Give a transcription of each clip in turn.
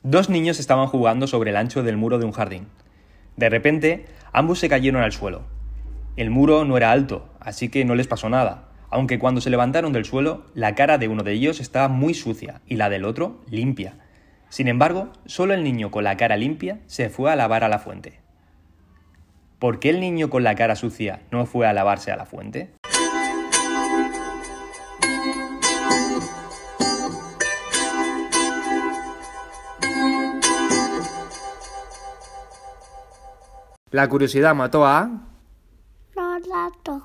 Dos niños estaban jugando sobre el ancho del muro de un jardín. De repente, ambos se cayeron al suelo. El muro no era alto, así que no les pasó nada, aunque cuando se levantaron del suelo, la cara de uno de ellos estaba muy sucia y la del otro limpia. Sin embargo, solo el niño con la cara limpia se fue a lavar a la fuente. ¿Por qué el niño con la cara sucia no fue a lavarse a la fuente? La curiosidad mató a... Los gatos.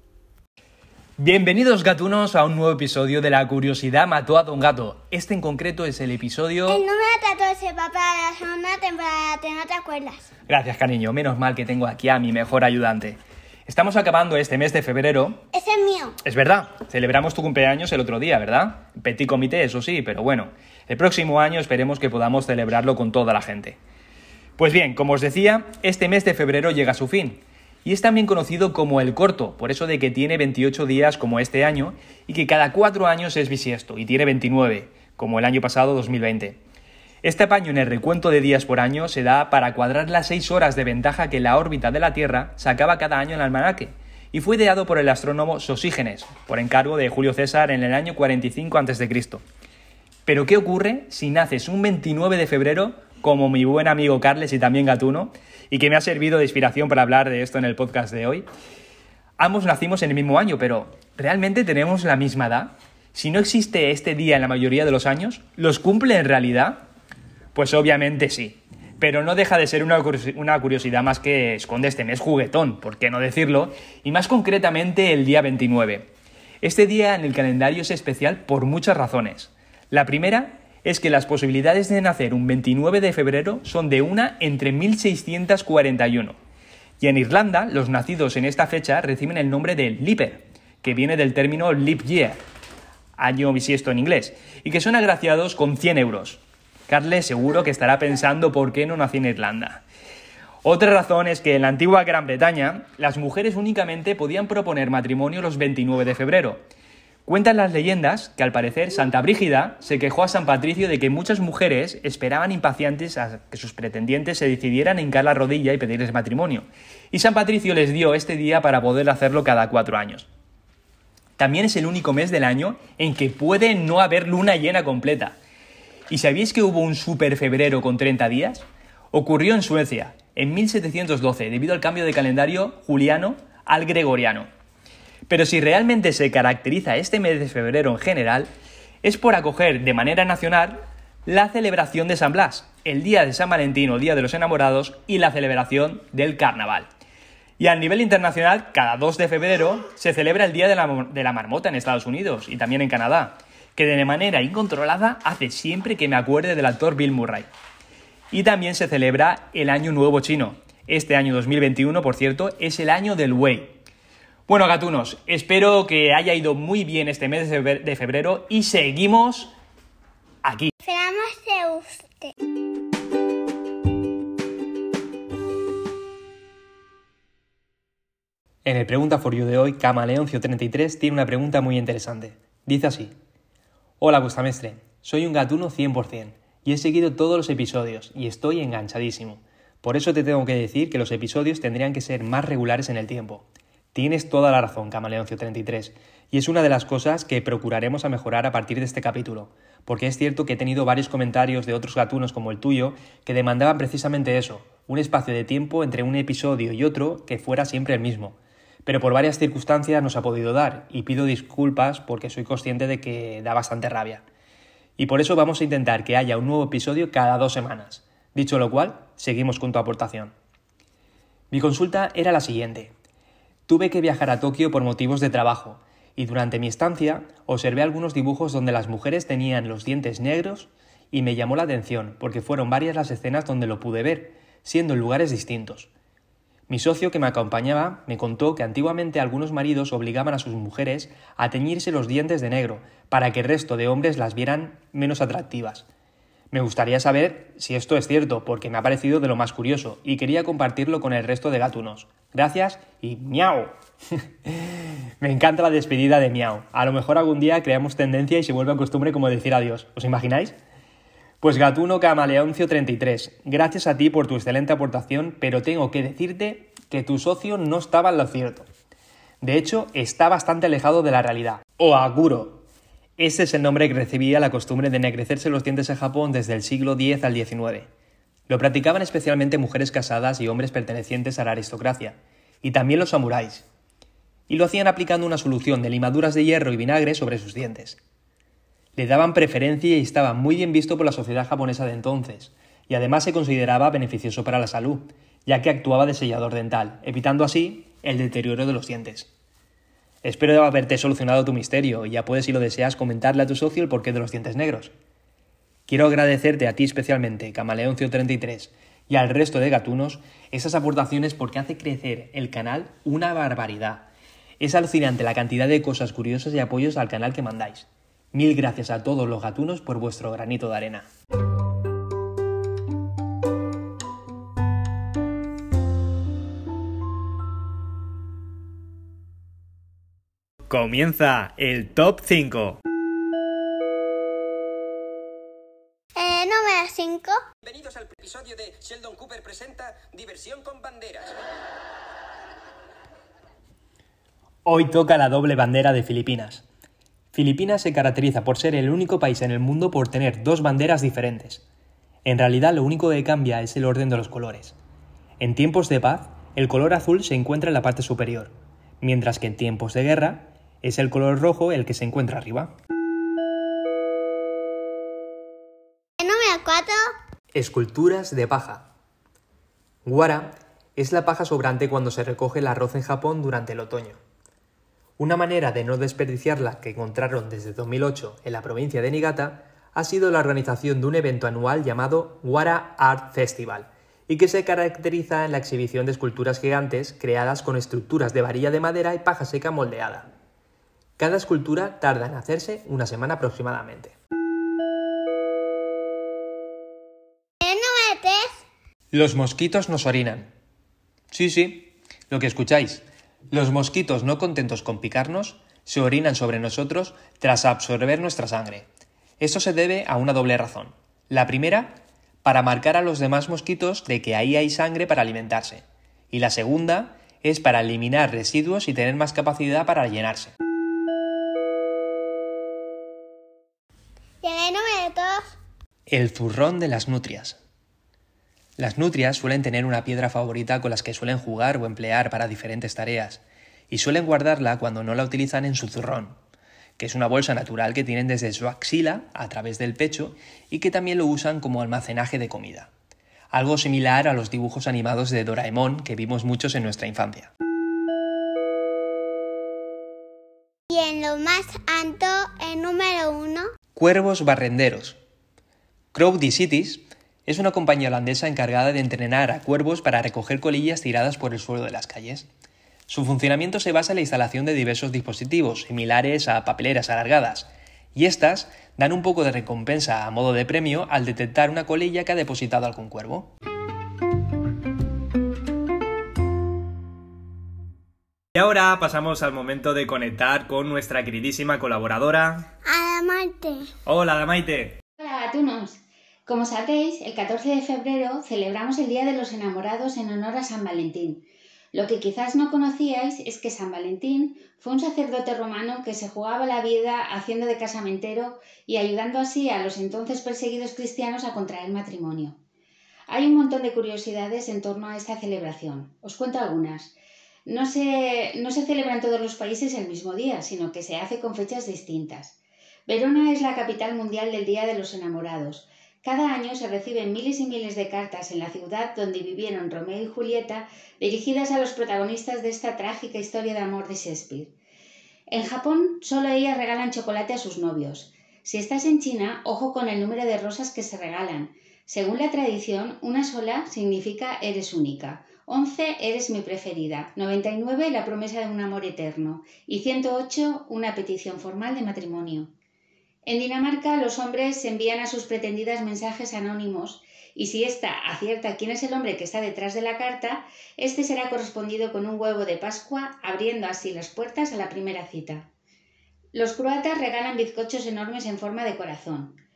Bienvenidos gatunos a un nuevo episodio de La curiosidad mató a Don Gato. Este en concreto es el episodio... El número 14 va para la segunda temporada, ¿no te acuerdas? Gracias, cariño. Menos mal que tengo aquí a mi mejor ayudante. Estamos acabando este mes de febrero. Ese es mío. Es verdad, celebramos tu cumpleaños el otro día, ¿verdad? Petit comité, eso sí, pero bueno. El próximo año esperemos que podamos celebrarlo con toda la gente. Pues bien, como os decía, este mes de febrero llega a su fin. Y es también conocido como el corto, por eso de que tiene 28 días como este año y que cada 4 años es bisiesto y tiene 29, como el año pasado 2020. Este apaño en el recuento de días por año se da para cuadrar las 6 horas de ventaja que la órbita de la Tierra sacaba cada año en el almanaque, y fue ideado por el astrónomo Sosígenes, por encargo de Julio César en el año 45 a.C. Pero ¿qué ocurre si naces un 29 de febrero, como mi buen amigo Carles y también Gatuno, y que me ha servido de inspiración para hablar de esto en el podcast de hoy? Ambos nacimos en el mismo año, pero ¿realmente tenemos la misma edad? Si no existe este día en la mayoría de los años, ¿los cumple en realidad? Pues obviamente sí, pero no deja de ser una curiosidad más que esconde este mes juguetón, ¿por qué no decirlo? Y más concretamente el día 29. Este día en el calendario es especial por muchas razones. La primera es que las posibilidades de nacer un 29 de febrero son de una entre 1641. Y en Irlanda, los nacidos en esta fecha reciben el nombre de Leaper, que viene del término leap year, año bisiesto en inglés, y que son agraciados con 100 euros. Carles seguro que estará pensando por qué no nací en Irlanda. Otra razón es que en la antigua Gran Bretaña, las mujeres únicamente podían proponer matrimonio los 29 de febrero. Cuentan las leyendas que al parecer Santa Brígida se quejó a San Patricio de que muchas mujeres esperaban impacientes a que sus pretendientes se decidieran a hincar la rodilla y pedirles matrimonio. Y San Patricio les dio este día para poder hacerlo cada 4 años. También es el único mes del año en que puede no haber luna llena completa. ¿Y sabíais que hubo un super febrero con 30 días? Ocurrió en Suecia, en 1712, debido al cambio de calendario juliano al gregoriano. Pero si realmente se caracteriza este mes de febrero en general, es por acoger de manera nacional la celebración de San Blas, el día de San Valentín o Día de los Enamorados y la celebración del Carnaval. Y a nivel internacional, cada 2 de febrero se celebra el Día de la Marmota en Estados Unidos y también en Canadá, que de manera incontrolada hace siempre que me acuerde del actor Bill Murray. Y también se celebra el Año Nuevo Chino. Este año 2021, por cierto, es el año del Wei. Bueno, gatunos, espero que haya ido muy bien este mes de febrero y seguimos aquí. Esperamos de usted. En el Pregunta for You de hoy, Camaleoncio33 tiene una pregunta muy interesante. Dice así: Hola, Bustamestre, soy un gatuno 100% y he seguido todos los episodios y estoy enganchadísimo. Por eso te tengo que decir que los episodios tendrían que ser más regulares en el tiempo. Tienes toda la razón, Camaleoncio33, y es una de las cosas que procuraremos a mejorar a partir de este capítulo, porque es cierto que he tenido varios comentarios de otros gatunos como el tuyo que demandaban precisamente eso, un espacio de tiempo entre un episodio y otro que fuera siempre el mismo. Pero por varias circunstancias no se ha podido dar, y pido disculpas porque soy consciente de que da bastante rabia. Y por eso vamos a intentar que haya un nuevo episodio cada 2 semanas. Dicho lo cual, seguimos con tu aportación. Mi consulta era la siguiente. Tuve que viajar a Tokio por motivos de trabajo, y durante mi estancia observé algunos dibujos donde las mujeres tenían los dientes negros y me llamó la atención porque fueron varias las escenas donde lo pude ver, siendo en lugares distintos. Mi socio que me acompañaba me contó que antiguamente algunos maridos obligaban a sus mujeres a teñirse los dientes de negro para que el resto de hombres las vieran menos atractivas. Me gustaría saber si esto es cierto porque me ha parecido de lo más curioso y quería compartirlo con el resto de gatunos. Gracias y miau. Me encanta la despedida de miau. A lo mejor algún día creamos tendencia y se vuelve a costumbre como decir adiós. ¿Os imagináis? Pues Gatuno Camaleoncio 33, gracias a ti por tu excelente aportación, pero tengo que decirte que tu socio no estaba en lo cierto. De hecho, está bastante alejado de la realidad. Oaguro. Ese es el nombre que recibía la costumbre de ennegrecerse los dientes en Japón desde el siglo X al XIX. Lo practicaban especialmente mujeres casadas y hombres pertenecientes a la aristocracia, y también los samuráis. Y lo hacían aplicando una solución de limaduras de hierro y vinagre sobre sus dientes. Le daban preferencia y estaba muy bien visto por la sociedad japonesa de entonces, y además se consideraba beneficioso para la salud, ya que actuaba de sellador dental, evitando así el deterioro de los dientes. Espero haberte solucionado tu misterio y ya puedes, si lo deseas, comentarle a tu socio el porqué de los dientes negros. Quiero agradecerte a ti especialmente, Camaleoncio33, y al resto de gatunos, esas aportaciones porque hace crecer el canal una barbaridad. Es alucinante la cantidad de cosas curiosas y apoyos al canal que mandáis. Mil gracias a todos los gatunos por vuestro granito de arena. Comienza el Top 5. Número 5. Bienvenidos al episodio de Sheldon Cooper presenta Diversión con Banderas. Hoy toca la doble bandera de Filipinas. Filipinas se caracteriza por ser el único país en el mundo por tener dos banderas diferentes. En realidad lo único que cambia es el orden de los colores. En tiempos de paz, el color azul se encuentra en la parte superior, mientras que en tiempos de guerra es el color rojo el que se encuentra arriba. Número 4. Esculturas de paja. Wara es la paja sobrante cuando se recoge el arroz en Japón durante el otoño. Una manera de no desperdiciarla que encontraron desde 2008 en la provincia de Niigata ha sido la organización de un evento anual llamado Wara Art Festival y que se caracteriza en la exhibición de esculturas gigantes creadas con estructuras de varilla de madera y paja seca moldeada. Cada escultura tarda en hacerse una semana aproximadamente. Número 3. Los mosquitos nos orinan. Sí, lo que escucháis. Los mosquitos, no contentos con picarnos, se orinan sobre nosotros tras absorber nuestra sangre. Esto se debe a una doble razón. La primera, para marcar a los demás mosquitos de que ahí hay sangre para alimentarse. Y la segunda es para eliminar residuos y tener más capacidad para llenarse. Y el número 2. El zurrón de las nutrias. Las nutrias suelen tener una piedra favorita con las que suelen jugar o emplear para diferentes tareas, y suelen guardarla cuando no la utilizan en su zurrón, que es una bolsa natural que tienen desde su axila a través del pecho y que también lo usan como almacenaje de comida. Algo similar a los dibujos animados de Doraemon que vimos muchos en nuestra infancia. Y en lo más alto, el número 1. Cuervos barrenderos. Crowdicities es una compañía holandesa encargada de entrenar a cuervos para recoger colillas tiradas por el suelo de las calles. Su funcionamiento se basa en la instalación de diversos dispositivos, similares a papeleras alargadas, y estas dan un poco de recompensa a modo de premio al detectar una colilla que ha depositado algún cuervo. Y ahora pasamos al momento de conectar con nuestra queridísima colaboradora... Adamante. Hola, Damaite. Hola, gatunos. Como sabréis, el 14 de febrero celebramos el Día de los Enamorados en honor a San Valentín. Lo que quizás no conocíais es que San Valentín fue un sacerdote romano que se jugaba la vida haciendo de casamentero y ayudando así a los entonces perseguidos cristianos a contraer matrimonio. Hay un montón de curiosidades en torno a esta celebración. Os cuento algunas. No se celebra en todos los países el mismo día, sino que se hace con fechas distintas. Verona es la capital mundial del Día de los Enamorados. Cada año se reciben miles y miles de cartas en la ciudad donde vivieron Romeo y Julieta, dirigidas a los protagonistas de esta trágica historia de amor de Shakespeare. En Japón, solo ellas regalan chocolate a sus novios. Si estás en China, ojo con el número de rosas que se regalan. Según la tradición, una sola significa eres única, 11 eres mi preferida, 99 la promesa de un amor eterno y 108 una petición formal de matrimonio. En Dinamarca, los hombres envían a sus pretendidas mensajes anónimos y si ésta acierta quién es el hombre que está detrás de la carta, este será correspondido con un huevo de Pascua, abriendo así las puertas a la primera cita. Los croatas regalan bizcochos enormes en forma de corazón.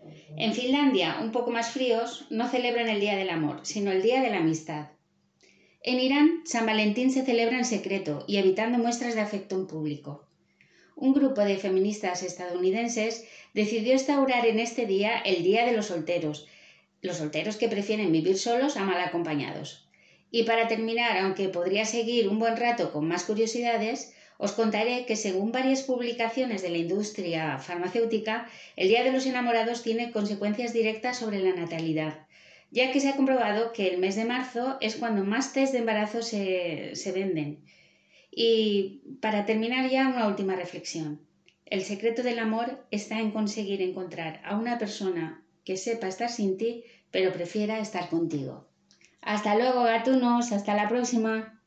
En Finlandia, un poco más fríos, no celebran el Día del Amor, sino el Día de la Amistad. En Irán, San Valentín se celebra en secreto y evitando muestras de afecto en público. Un grupo de feministas estadounidenses decidió instaurar en este día el Día de los solteros que prefieren vivir solos a mal acompañados. Y para terminar, aunque podría seguir un buen rato con más curiosidades, os contaré que según varias publicaciones de la industria farmacéutica, el Día de los Enamorados tiene consecuencias directas sobre la natalidad, ya que se ha comprobado que el mes de marzo es cuando más test de embarazo se venden. Y para terminar ya, una última reflexión. El secreto del amor está en conseguir encontrar a una persona que sepa estar sin ti, pero prefiera estar contigo. Hasta luego, gatunos. Hasta la próxima.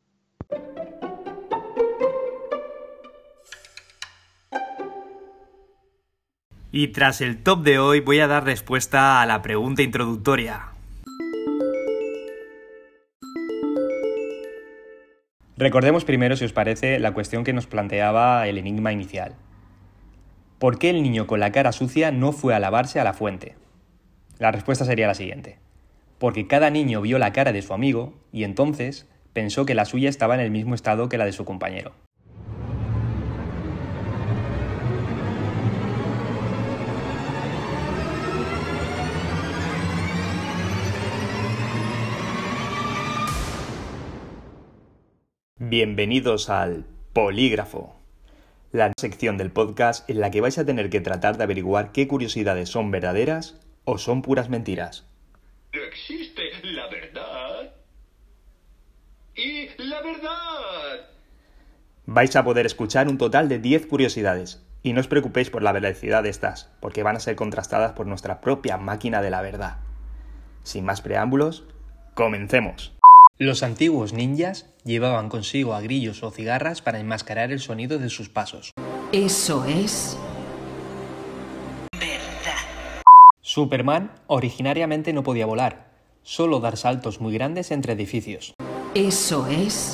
Y tras el top de hoy voy a dar respuesta a la pregunta introductoria. Recordemos primero, si os parece, la cuestión que nos planteaba el enigma inicial. ¿Por qué el niño con la cara sucia no fue a lavarse a la fuente? La respuesta sería la siguiente. Porque cada niño vio la cara de su amigo y entonces pensó que la suya estaba en el mismo estado que la de su compañero. Bienvenidos al Polígrafo, la sección del podcast en la que vais a tener que tratar de averiguar qué curiosidades son verdaderas o son puras mentiras. Existe la verdad y la verdad. Vais a poder escuchar un total de 10 curiosidades, y no os preocupéis por la veracidad de estas, porque van a ser contrastadas por nuestra propia máquina de la verdad. Sin más preámbulos, comencemos. Los antiguos ninjas llevaban consigo a grillos o cigarras para enmascarar el sonido de sus pasos. Eso es verdad. Superman originariamente no podía volar, solo dar saltos muy grandes entre edificios. Eso es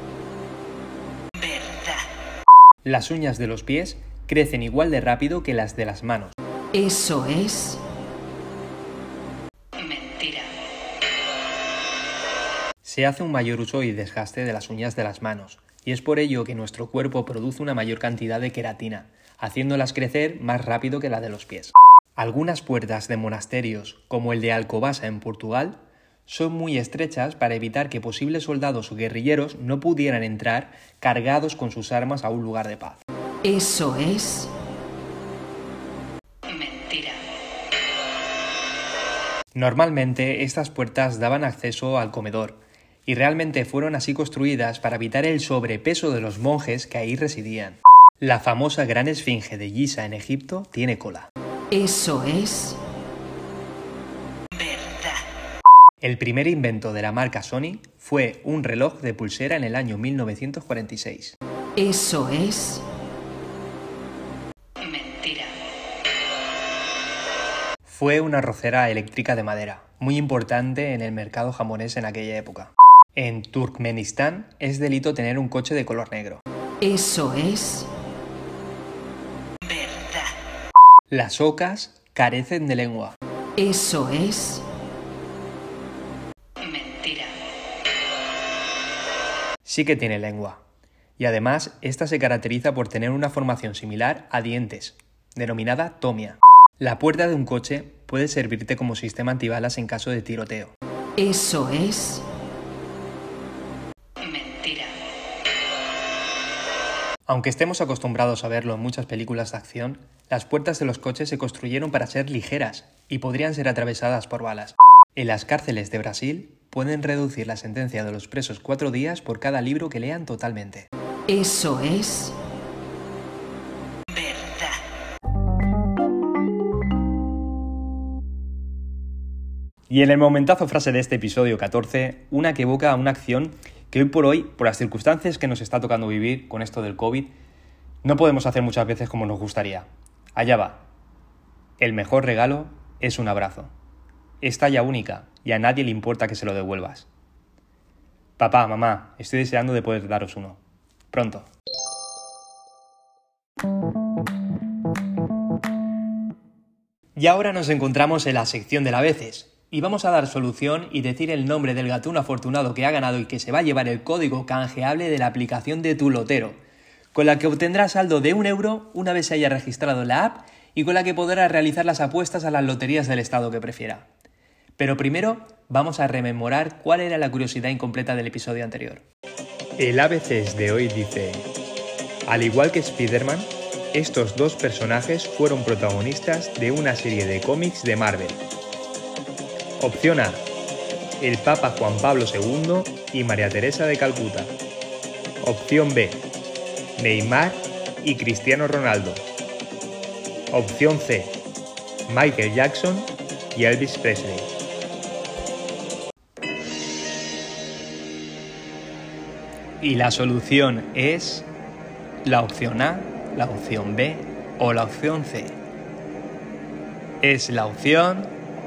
verdad. Las uñas de los pies crecen igual de rápido que las de las manos. Eso es mentira. Se hace un mayor uso y desgaste de las uñas de las manos, y es por ello que nuestro cuerpo produce una mayor cantidad de queratina, haciéndolas crecer más rápido que la de los pies. Algunas puertas de monasterios, como el de Alcobaça en Portugal, son muy estrechas para evitar que posibles soldados o guerrilleros no pudieran entrar cargados con sus armas a un lugar de paz. Eso es mentira. Normalmente estas puertas daban acceso al comedor, y realmente fueron así construidas para evitar el sobrepeso de los monjes que ahí residían. La famosa Gran Esfinge de Giza en Egipto tiene cola. Eso es verdad. El primer invento de la marca Sony fue un reloj de pulsera en el año 1946. Eso es mentira. Fue una arrocera eléctrica de madera, muy importante en el mercado japonés en aquella época. En Turkmenistán es delito tener un coche de color negro. Eso es verdad. Las ocas carecen de lengua. Eso es mentira. Sí que tiene lengua. Y además, esta se caracteriza por tener una formación similar a dientes, denominada tomia. La puerta de un coche puede servirte como sistema antibalas en caso de tiroteo. Eso es mentira. Aunque estemos acostumbrados a verlo en muchas películas de acción, las puertas de los coches se construyeron para ser ligeras y podrían ser atravesadas por balas. En las cárceles de Brasil pueden reducir la sentencia de los presos 4 días por cada libro que lean totalmente. Eso es verdad. Y en el momentazo frase de este episodio 14, una que evoca una acción que hoy, por las circunstancias que nos está tocando vivir con esto del COVID, no podemos hacer muchas veces como nos gustaría. Allá va. El mejor regalo es un abrazo. Es talla única y a nadie le importa que se lo devuelvas. Papá, mamá, estoy deseando de poder daros uno. Pronto. Y ahora nos encontramos en la sección del a veces, y vamos a dar solución y decir el nombre del gatuno afortunado que ha ganado y que se va a llevar el código canjeable de la aplicación de Tu Lotero, con la que obtendrá saldo de 1 euro una vez se haya registrado en la app y con la que podrá realizar las apuestas a las loterías del estado que prefiera. Pero primero vamos a rememorar cuál era la curiosidad incompleta del episodio anterior. El ABC de hoy dice: al igual que Spider-Man, estos dos personajes fueron protagonistas de una serie de cómics de Marvel. Opción A: el Papa Juan Pablo II y María Teresa de Calcuta. Opción B: Neymar y Cristiano Ronaldo. Opción C: Michael Jackson y Elvis Presley. Y la solución es la opción A, la opción B o la opción C. Es la opción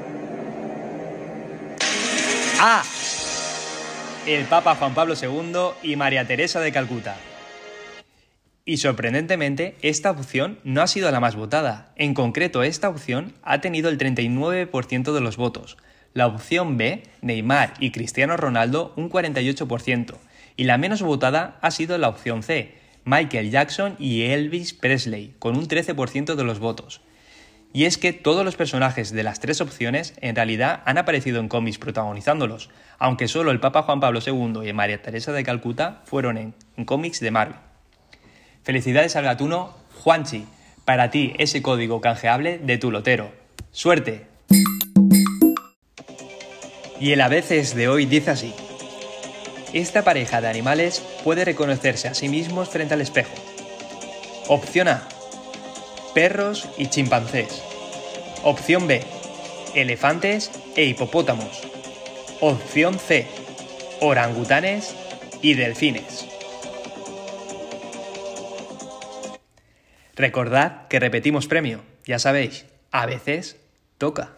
A. El Papa Juan Pablo II y María Teresa de Calcuta. Y sorprendentemente, esta opción no ha sido la más votada. En concreto, esta opción ha tenido el 39% de los votos. La opción B, Neymar y Cristiano Ronaldo, un 48%. Y la menos votada ha sido la opción C, Michael Jackson y Elvis Presley, con un 13% de los votos. Y es que todos los personajes de las tres opciones en realidad han aparecido en cómics protagonizándolos, aunque solo el Papa Juan Pablo II y María Teresa de Calcuta fueron en cómics de Marvel. Felicidades al gatuno Juanchi, para ti ese código canjeable de Tu Lotero. ¡Suerte! Y el a veces de hoy dice así: esta pareja de animales puede reconocerse a sí mismos frente al espejo. Opción A: perros y chimpancés. Opción B: elefantes e hipopótamos. Opción C: orangutanes y delfines. Recordad que repetimos premio, ya sabéis, a veces toca.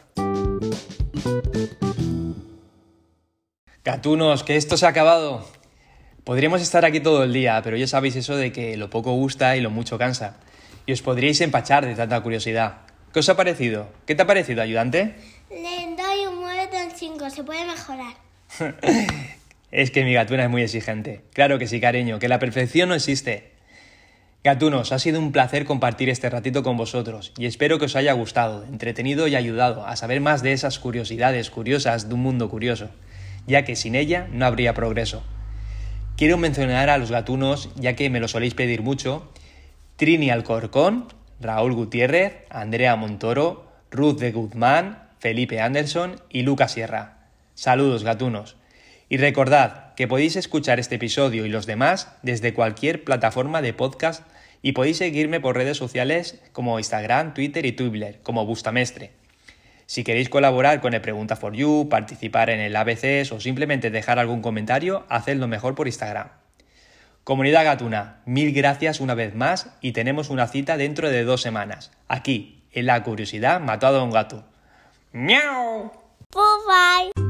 Gatunos, que esto se ha acabado. Podríamos estar aquí todo el día, pero ya sabéis eso de que lo poco gusta y lo mucho cansa. Y os podríais empachar de tanta curiosidad. ¿Qué os ha parecido? ¿Qué te ha parecido, ayudante? Le doy un 9,5, se puede mejorar. Es que mi gatuna es muy exigente. Claro que sí, cariño, que la perfección no existe. Gatunos, ha sido un placer compartir este ratito con vosotros y espero que os haya gustado, entretenido y ayudado a saber más de esas curiosidades curiosas de un mundo curioso, ya que sin ella no habría progreso. Quiero mencionar a los gatunos, ya que me lo soléis pedir mucho: Trini Alcorcón, Raúl Gutiérrez, Andrea Montoro, Ruth de Guzmán, Felipe Anderson y Lucas Sierra. Saludos, gatunos. Y recordad que podéis escuchar este episodio y los demás desde cualquier plataforma de podcast y podéis seguirme por redes sociales como Instagram, Twitter y Tumblr, como Bustamestre. Si queréis colaborar con el Pregunta for You, participar en el ABCs o simplemente dejar algún comentario, hacedlo mejor por Instagram. Comunidad gatuna, mil gracias una vez más y tenemos una cita dentro de 2 semanas. Aquí, en La Curiosidad Mató a un Gato. ¡Miau! Bye.